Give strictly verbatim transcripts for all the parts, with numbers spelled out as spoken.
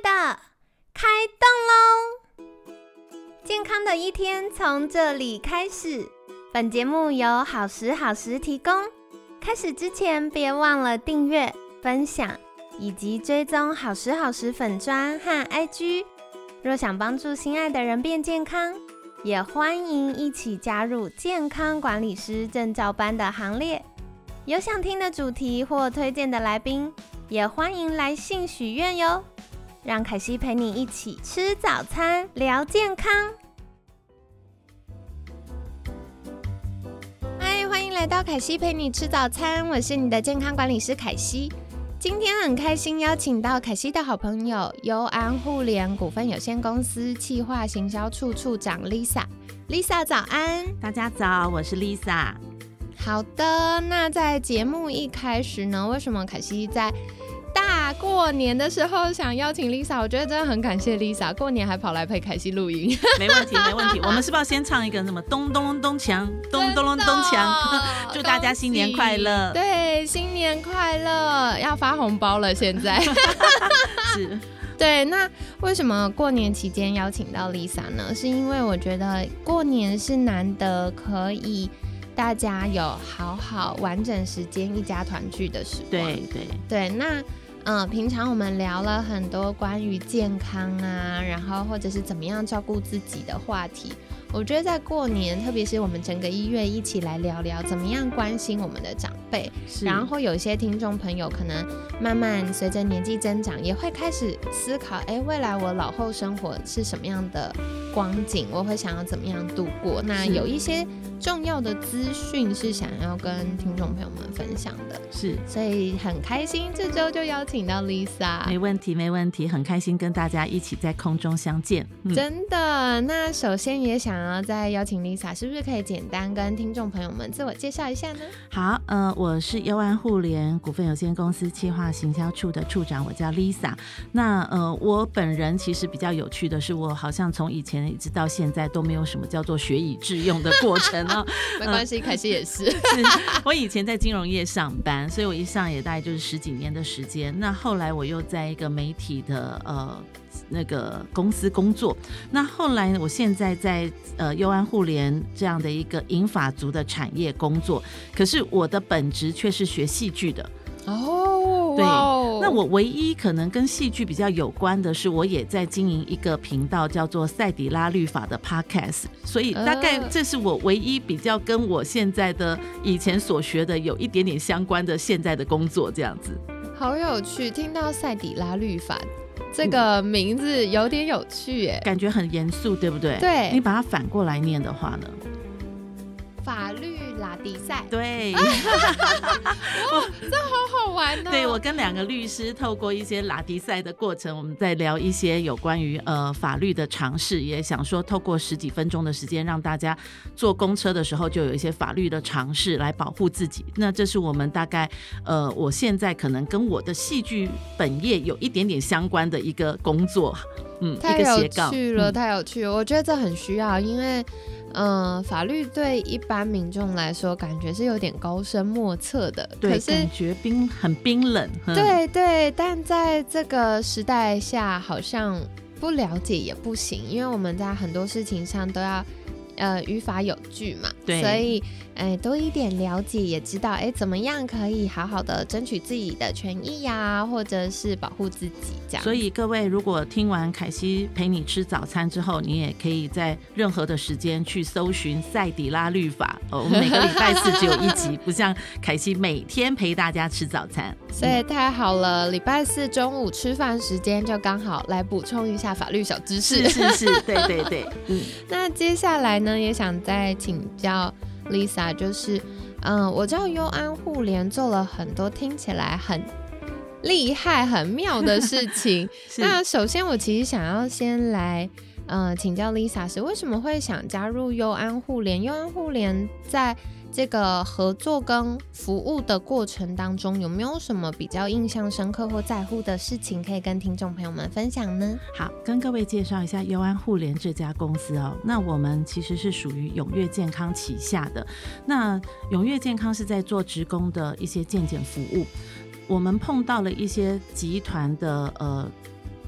的，开动咯！健康的一天从这里开始。本节目由好时好时提供。开始之前别忘了订阅、分享以及追踪好时好时粉专和 I G。 若想帮助心爱的人变健康，也欢迎一起加入健康管理师证照班的行列。有想听的主题或推荐的来宾，也欢迎来信许愿哟。让凯西陪你一起吃早餐，聊健康。嗨，欢迎来到凯西陪你吃早餐，我是你的健康管理师凯西。今天很开心邀请到凯西的好朋友优安互联股份有限公司企划行销处处长 Lisa。Lisa 早安。 大家早，我是 Lisa。 好的，那在节目一开始呢，为什么凯西在大过年的时候想邀请 Lisa？ 我觉得真的很感谢 Lisa， 过年还跑来陪凯西录音。 没问题，没问题。我们是不是要先唱一个什么咚咚咚咚锵，咚咚咚咚锵？祝大家新年快乐！ 对，新年快乐！要发红包了，现在是。 对，那为什么过年期间邀请到 Lisa 呢？是因为我觉得过年是难得可以大家有好好完整时间一家团聚的时光。 对对对，那嗯，平常我们聊了很多关于健康啊，然后或者是怎么样照顾自己的话题。我觉得在过年，特别是我们整个一月一起来聊聊怎么样关心我们的长辈，然后有一些听众朋友可能慢慢随着年纪增长，也会开始思考，哎，未来我老后生活是什么样的光景，我会想要怎么样度过。那有一些重要的资讯是想要跟听众朋友们分享的， 是， 所以很开心这周就邀请到 Lisa。 没问题没问题，很开心跟大家一起在空中相见、 嗯、真的。那首先也想要再邀请 Lisa， 是不是可以简单跟听众朋友们自我介绍一下呢？ 好，呃，我是优安互联股份有限公司企划行销处的处长，我叫 Lisa。 那呃，我本人其实比较有趣的是，我好像从以前一直到现在都没有什么叫做学以致用的过程哦。 没关系，凯西也是。是， 我以前在金融业上班，所以我一上也大概就是十几年的时间。那后来我又在一个媒体的呃那个公司工作。那后来我现在在呃优安互联这样的一个银发族的产业工作，可是我的本职却是学戏剧的。 哦， 对，那我唯一可能跟戏剧比较有关的是，我也在经营一个频道叫做赛底拉律法的 podcast， 所以大概这是我唯一比较跟我现在的以前所学的有一点点相关的现在的工作这样子。 好有趣，听到赛底拉律法这个名字有点有趣耶， 感觉很严肃，对不对？ 对， 你把它反过来念的话呢？ 法律拉迪赛。 对。 哇，这好好玩哦。 对，我跟两个律师透过一些拉迪赛的过程，我们在聊一些有关于呃法律的常识，也想说透过十几分钟的时间，让大家坐公车的时候就有一些法律的常识来保护自己。那这是我们大概呃我现在可能跟我的戏剧本业有一点点相关的一个工作。嗯， 太有趣了，太有趣了。我觉得这很需要，因为嗯，法律对一般民众来说感觉是有点高深莫测的， 对， 可是感觉冰很冰冷。 对对，但在这个时代下好像不了解也不行，因为我们在很多事情上都要呃于法有据嘛， 对， 所以哎多一点了解，也知道哎怎么样可以好好的争取自己的权益呀，或者是保护自己这样。 所以各位如果听完凯西陪你吃早餐之后，你也可以在任何的时间去搜寻赛底拉律法、哦、我们每个礼拜四只有一集，不像凯西每天陪大家吃早餐， 所以太好了，礼拜四中午吃饭时间就刚好来补充一下法律小知识。 是是是，对对对。嗯， 那接下来呢，也想再请教 Lisa， 就是嗯，我知道优安互联做了很多听起来很厉害很妙的事情那首先我其实想要先来呃请教 Lisa 是为什么会想加入优安互联？优安互联在这个合作跟服务的过程当中，有没有什么比较印象深刻或在乎的事情可以跟听众朋友们分享呢？ 好，跟各位介绍一下优安互联这家公司哦。那我们其实是属于永跃健康旗下的，那永跃健康是在做职工的一些健检服务。我们碰到了一些集团的呃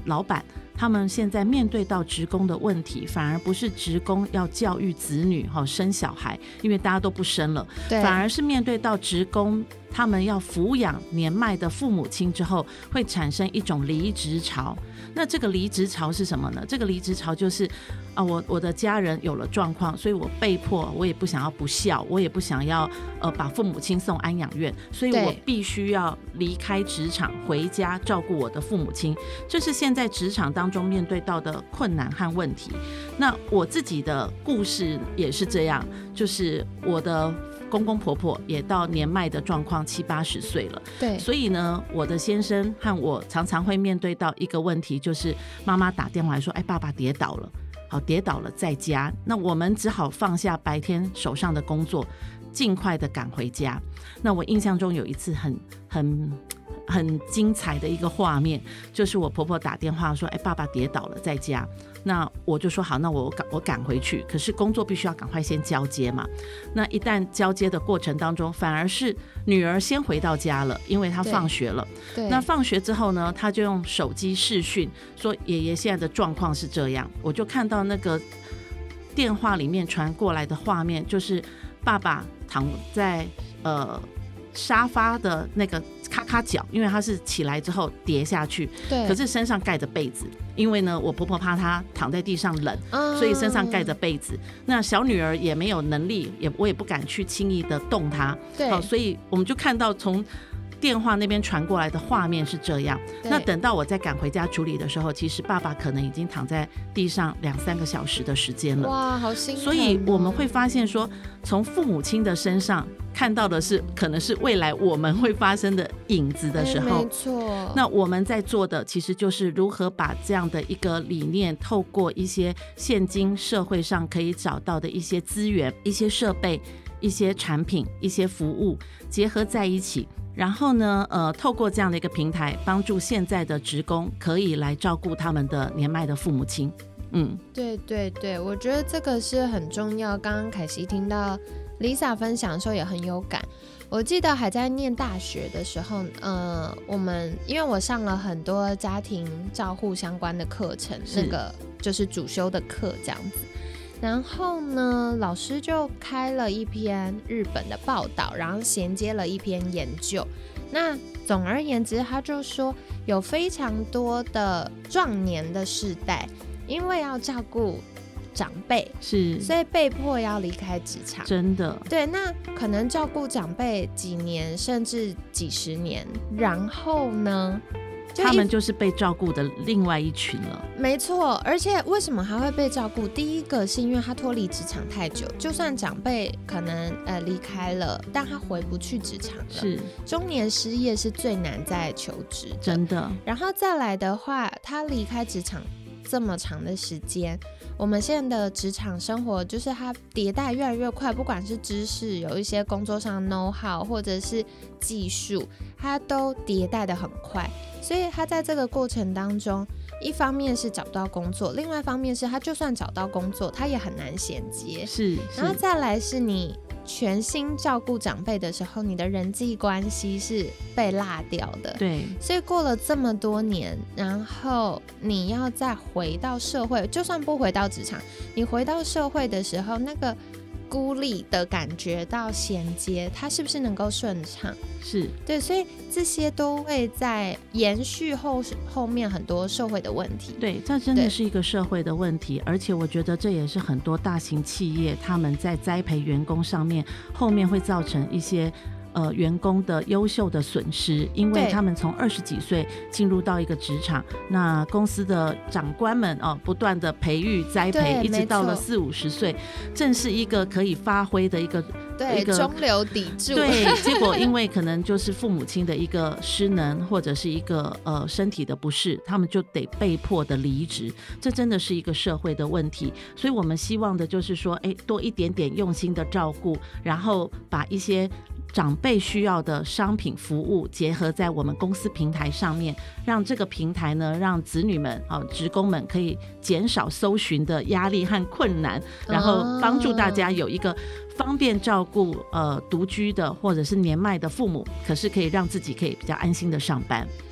老板他们现在面对到职工的问题，反而不是职工要教育子女生小孩，因为大家都不生了，反而是面对到职工他们要抚养年迈的父母亲之后，会产生一种离职潮。那这个离职潮是什么呢？这个离职潮就是啊，我我的家人有了状况，所以我被迫，我也不想要不孝，我也不想要呃把父母亲送安养院，所以我必须要离开职场，回家照顾我的父母亲。这是现在职场当中面对到的困难和问题。那我自己的故事也是这样，就是我的公公婆婆也到年迈的状况，七八十岁了。 对， 所以呢，我的先生和我常常会面对到一个问题，就是妈妈打电话来说：“哎，爸爸跌倒了。”好，跌倒了在家，那我们只好放下白天手上的工作，尽快的赶回家。那我印象中有一次很很很精彩的一个画面，就是我婆婆打电话说：“哎，爸爸跌倒了在家。”那我就说好，那我赶我赶回去，可是工作必须要赶快先交接嘛。那一旦交接的过程当中，反而是女儿先回到家了，因为她放学了。那放学之后呢，她就用手机视讯说爷爷现在的状况是这样。我就看到那个电话里面传过来的画面，就是爸爸躺在呃沙发的那个咔咔角，因为他是起来之后跌下去，对，可是身上盖着被子，因为呢我婆婆怕他躺在地上冷，嗯，所以身上盖着被子。那小女儿也没有能力，也我也不敢去轻易的动她，对，好，所以我们就看到从电话那边传过来的画面是这样。那等到我再赶回家处理的时候，其实爸爸可能已经躺在地上两三个小时的时间了。 哇，好心疼哦。 所以我们会发现说，从父母亲的身上看到的是可能是未来我们会发生的影子的时候， 没错。 那我们在做的其实就是如何把这样的一个理念，透过一些现今社会上可以找到的一些资源、一些设备、一些产品、一些服务结合在一起。然后呢，呃，透过这样的一个平台，帮助现在的职工可以来照顾他们的年迈的父母亲。嗯， 对对对，我觉得这个是很重要。刚刚凯西听到 Lisa 分享的时候也很有感。我记得还在念大学的时候，呃，我们因为我上了很多家庭照护相关的课程，那个就是主修的课这样子。然后呢，老师就开了一篇日本的报道，然后衔接了一篇研究。那总而言之，他就说有非常多的壮年的世代，因为要照顾长辈，是，所以被迫要离开职场。真的，对，那可能照顾长辈几年，甚至几十年，然后呢？ 他们就是被照顾的另外一群了。 没错，而且为什么还会被照顾？第一个是因为他脱离职场太久，就算长辈可能呃离开了，但他回不去职场了。是，中年失业是最难再求职的，真的。然后再来的话，他离开职场这么长的时间，我们现在的职场生活就是它迭代越来越快，不管是知识，有一些工作上 know how 或者是技术，它都迭代的很快。所以他在这个过程当中，一方面是找不到工作，另外一方面是他就算找到工作，他也很难衔接。是，然后再来是你全心照顾长辈的时候，你的人际关系是被落掉的。对，所以过了这么多年，然后你要再回到社会，就算不回到职场，你回到社会的时候，那个孤立的感觉到衔接，它是不是能够顺畅？是，对，所以这些都会在延续后后面很多社会的问题。对，这真的是一个社会的问题，而且我觉得这也是很多大型企业他们在栽培员工上面，后面会造成一些呃，员工的优秀的损失，因为他们从二十几岁进入到一个职场，那公司的长官们哦，不断的培育栽培，一直到了四五十岁，正是一个可以发挥的一个对一个中流砥柱。对，结果因为可能就是父母亲的一个失能，或者是一个呃身体的不适，他们就得被迫的离职，这真的是一个社会的问题。所以我们希望的就是说，哎，多一点点用心的照顾，然后把一些长辈需要的商品服务结合在我们公司平台上面，让这个平台呢，让子女们、哦、职工们可以减少搜寻的压力和困难，然后帮助大家有一个方便照顾呃独居的或者是年迈的父母，可是可以让自己可以比较安心的上班。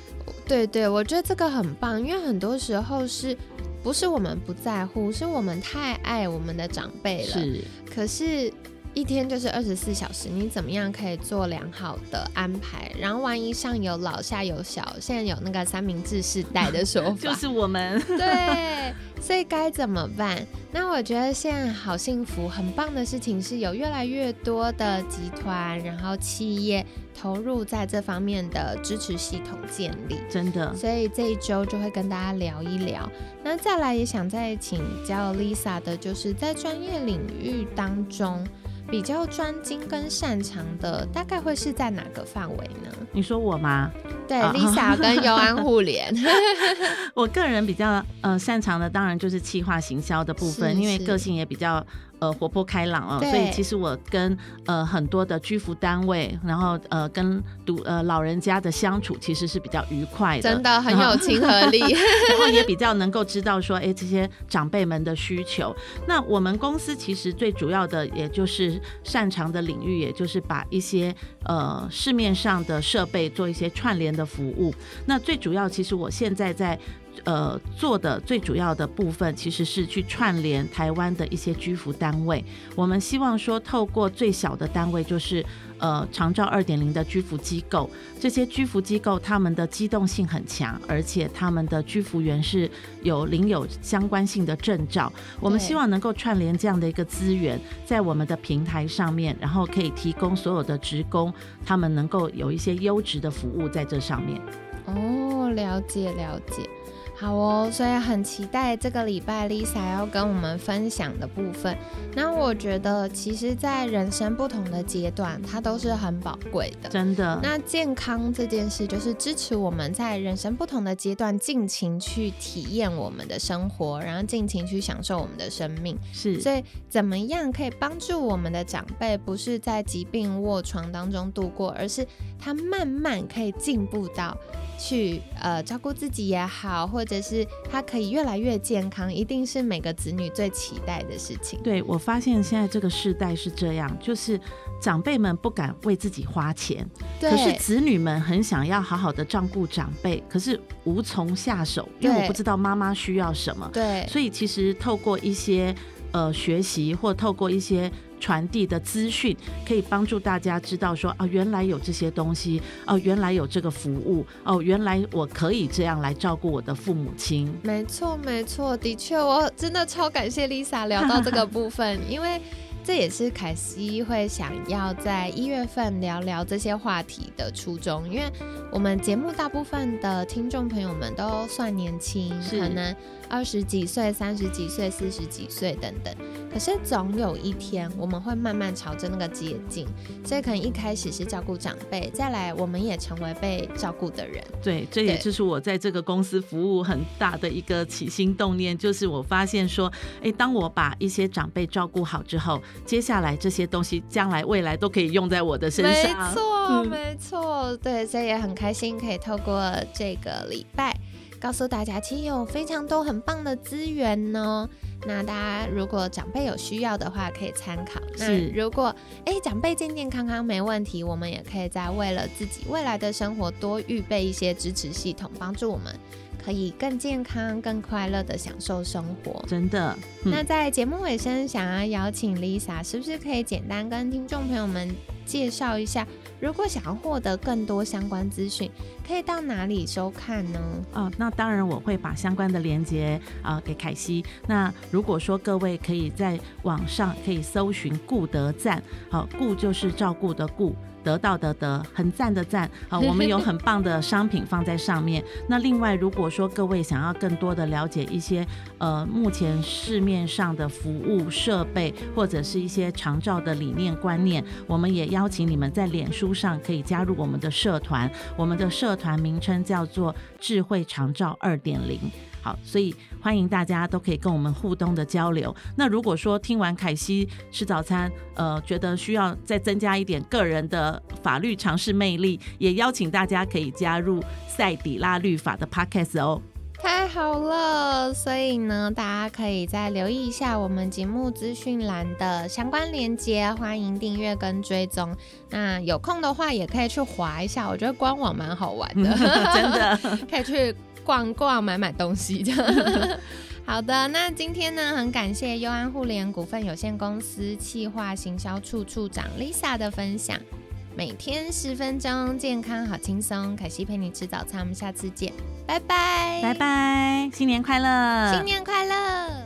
对对，我觉得这个很棒，因为很多时候是不是我们不在乎，是我们太爱我们的长辈了， 是， 可是一天就是二十四小时，你怎么样可以做良好的安排？然后万一上有老下有小，现在有那个三明治世代的说法， 就是我们对，所以该怎么办？那我觉得现在好幸福，很棒的事情是有越来越多的集团，然后企业投入在这方面的支持系统建立， 真的。 所以这一周就会跟大家聊一聊。那再来也想再请教 Lisa 的，就是在专业领域当中，比较专精跟擅长的大概会是在哪个范围呢？ 你说我吗？ 对、哦、Lisa 跟悠安互联我个人比较、呃、擅长的当然就是企划行销的部分，因为个性也比较呃活泼开朗哦，所以其实我跟呃很多的居服单位，然后呃跟独呃老人家的相处其实是比较愉快的， 真的很有亲和力然后也比较能够知道说哎这些长辈们的需求。那我们公司其实最主要的也就是擅长的领域，也就是把一些呃市面上的设备做一些串联的服务。那最主要其实我现在在呃，做的最主要的部分其实是去串联台湾的一些居服单位。我们希望说透过最小的单位，就是呃长照 二点零 的居服机构，这些居服机构他们的机动性很强，而且他们的居服员是有领有相关性的证照。我们希望能够串联这样的一个资源在我们的平台上面，然后可以提供所有的职工他们能够有一些优质的服务在这上面。 哦，了解了解。好哦，所以很期待这个礼拜 Lisa 要跟我们分享的部分。那我觉得其实在人生不同的阶段它都是很宝贵的， 真的。 那健康这件事就是支持我们在人生不同的阶段尽情去体验我们的生活，然后尽情去享受我们的生命。 是， 所以怎么样可以帮助我们的长辈不是在疾病卧床当中度过，而是他慢慢可以进步到去呃照顾自己也好，或者是他可以越来越健康，一定是每个子女最期待的事情。 对，我发现现在这个世代是这样，就是长辈们不敢为自己花钱，可是子女们很想要好好的照顾长辈，可是无从下手，因为我不知道妈妈需要什么。 对， 所以其实透过一些呃学习，或透过一些传递的资讯，可以帮助大家知道说啊，原来有这些东西哦、啊，原来有这个服务哦、啊，原来我可以这样来照顾我的父母亲。 没错没错，的确我真的超感谢 Lisa 聊到这个部分因为这也是凯西会想要在一月份聊聊这些话题的初衷，因为我们节目大部分的听众朋友们都算年轻，可能二十几岁、三十几岁、四十几岁等等，可是总有一天我们会慢慢朝着那个捷径，所以可能一开始是照顾长辈，再来我们也成为被照顾的人。 对，这也就是我在这个公司服务很大的一个起心动念，就是我发现说哎，当我把一些长辈照顾好之后，接下来这些东西将来未来都可以用在我的身上。 没错、嗯、没错，对，所以也很开心可以透过这个礼拜告诉大家其实有非常多很棒的资源哦。那大家如果长辈有需要的话可以参考，那如果哎长辈健健康康没问题，我们也可以在为了自己未来的生活多预备一些支持系统，帮助我们可以更健康更快乐的享受生活。 真的、 嗯、那在节目尾声想要邀请 Lisa 是不是可以简单跟听众朋友们介绍一下，如果想要获得更多相关资讯可以到哪里收看呢？ 哦，那当然我会把相关的连结、呃、给凯西。那如果说各位可以在网上可以搜寻顾得赞、哦、顾就是照顾的顾，得到的得，很赞的赞、呃、我们有很棒的商品放在上面那另外如果说各位想要更多的了解一些呃目前市面上的服务设备，或者是一些长照的理念观念，我们也邀请你们在脸书上可以加入我们的社团，我们的社团名称叫做智慧长照 二点零。好，所以欢迎大家都可以跟我们互动的交流。那如果说听完凯西吃早餐呃，觉得需要再增加一点个人的法律常识魅力，也邀请大家可以加入赛底拉律法的 podcast 哦。 太好了，所以呢，大家可以再留意一下我们节目资讯栏的相关连结，欢迎订阅跟追踪。那有空的话，也可以去滑一下，我觉得官网蛮好玩的， 真的可以去逛逛、买买东西这样。好的，那今天呢，很感谢优安互联股份有限公司企划行销处处长 Lisa 的分享。每天十分钟，健康好轻松。凯西陪你吃早餐，我们下次见，拜拜， 拜拜，新年快乐， 新年快乐。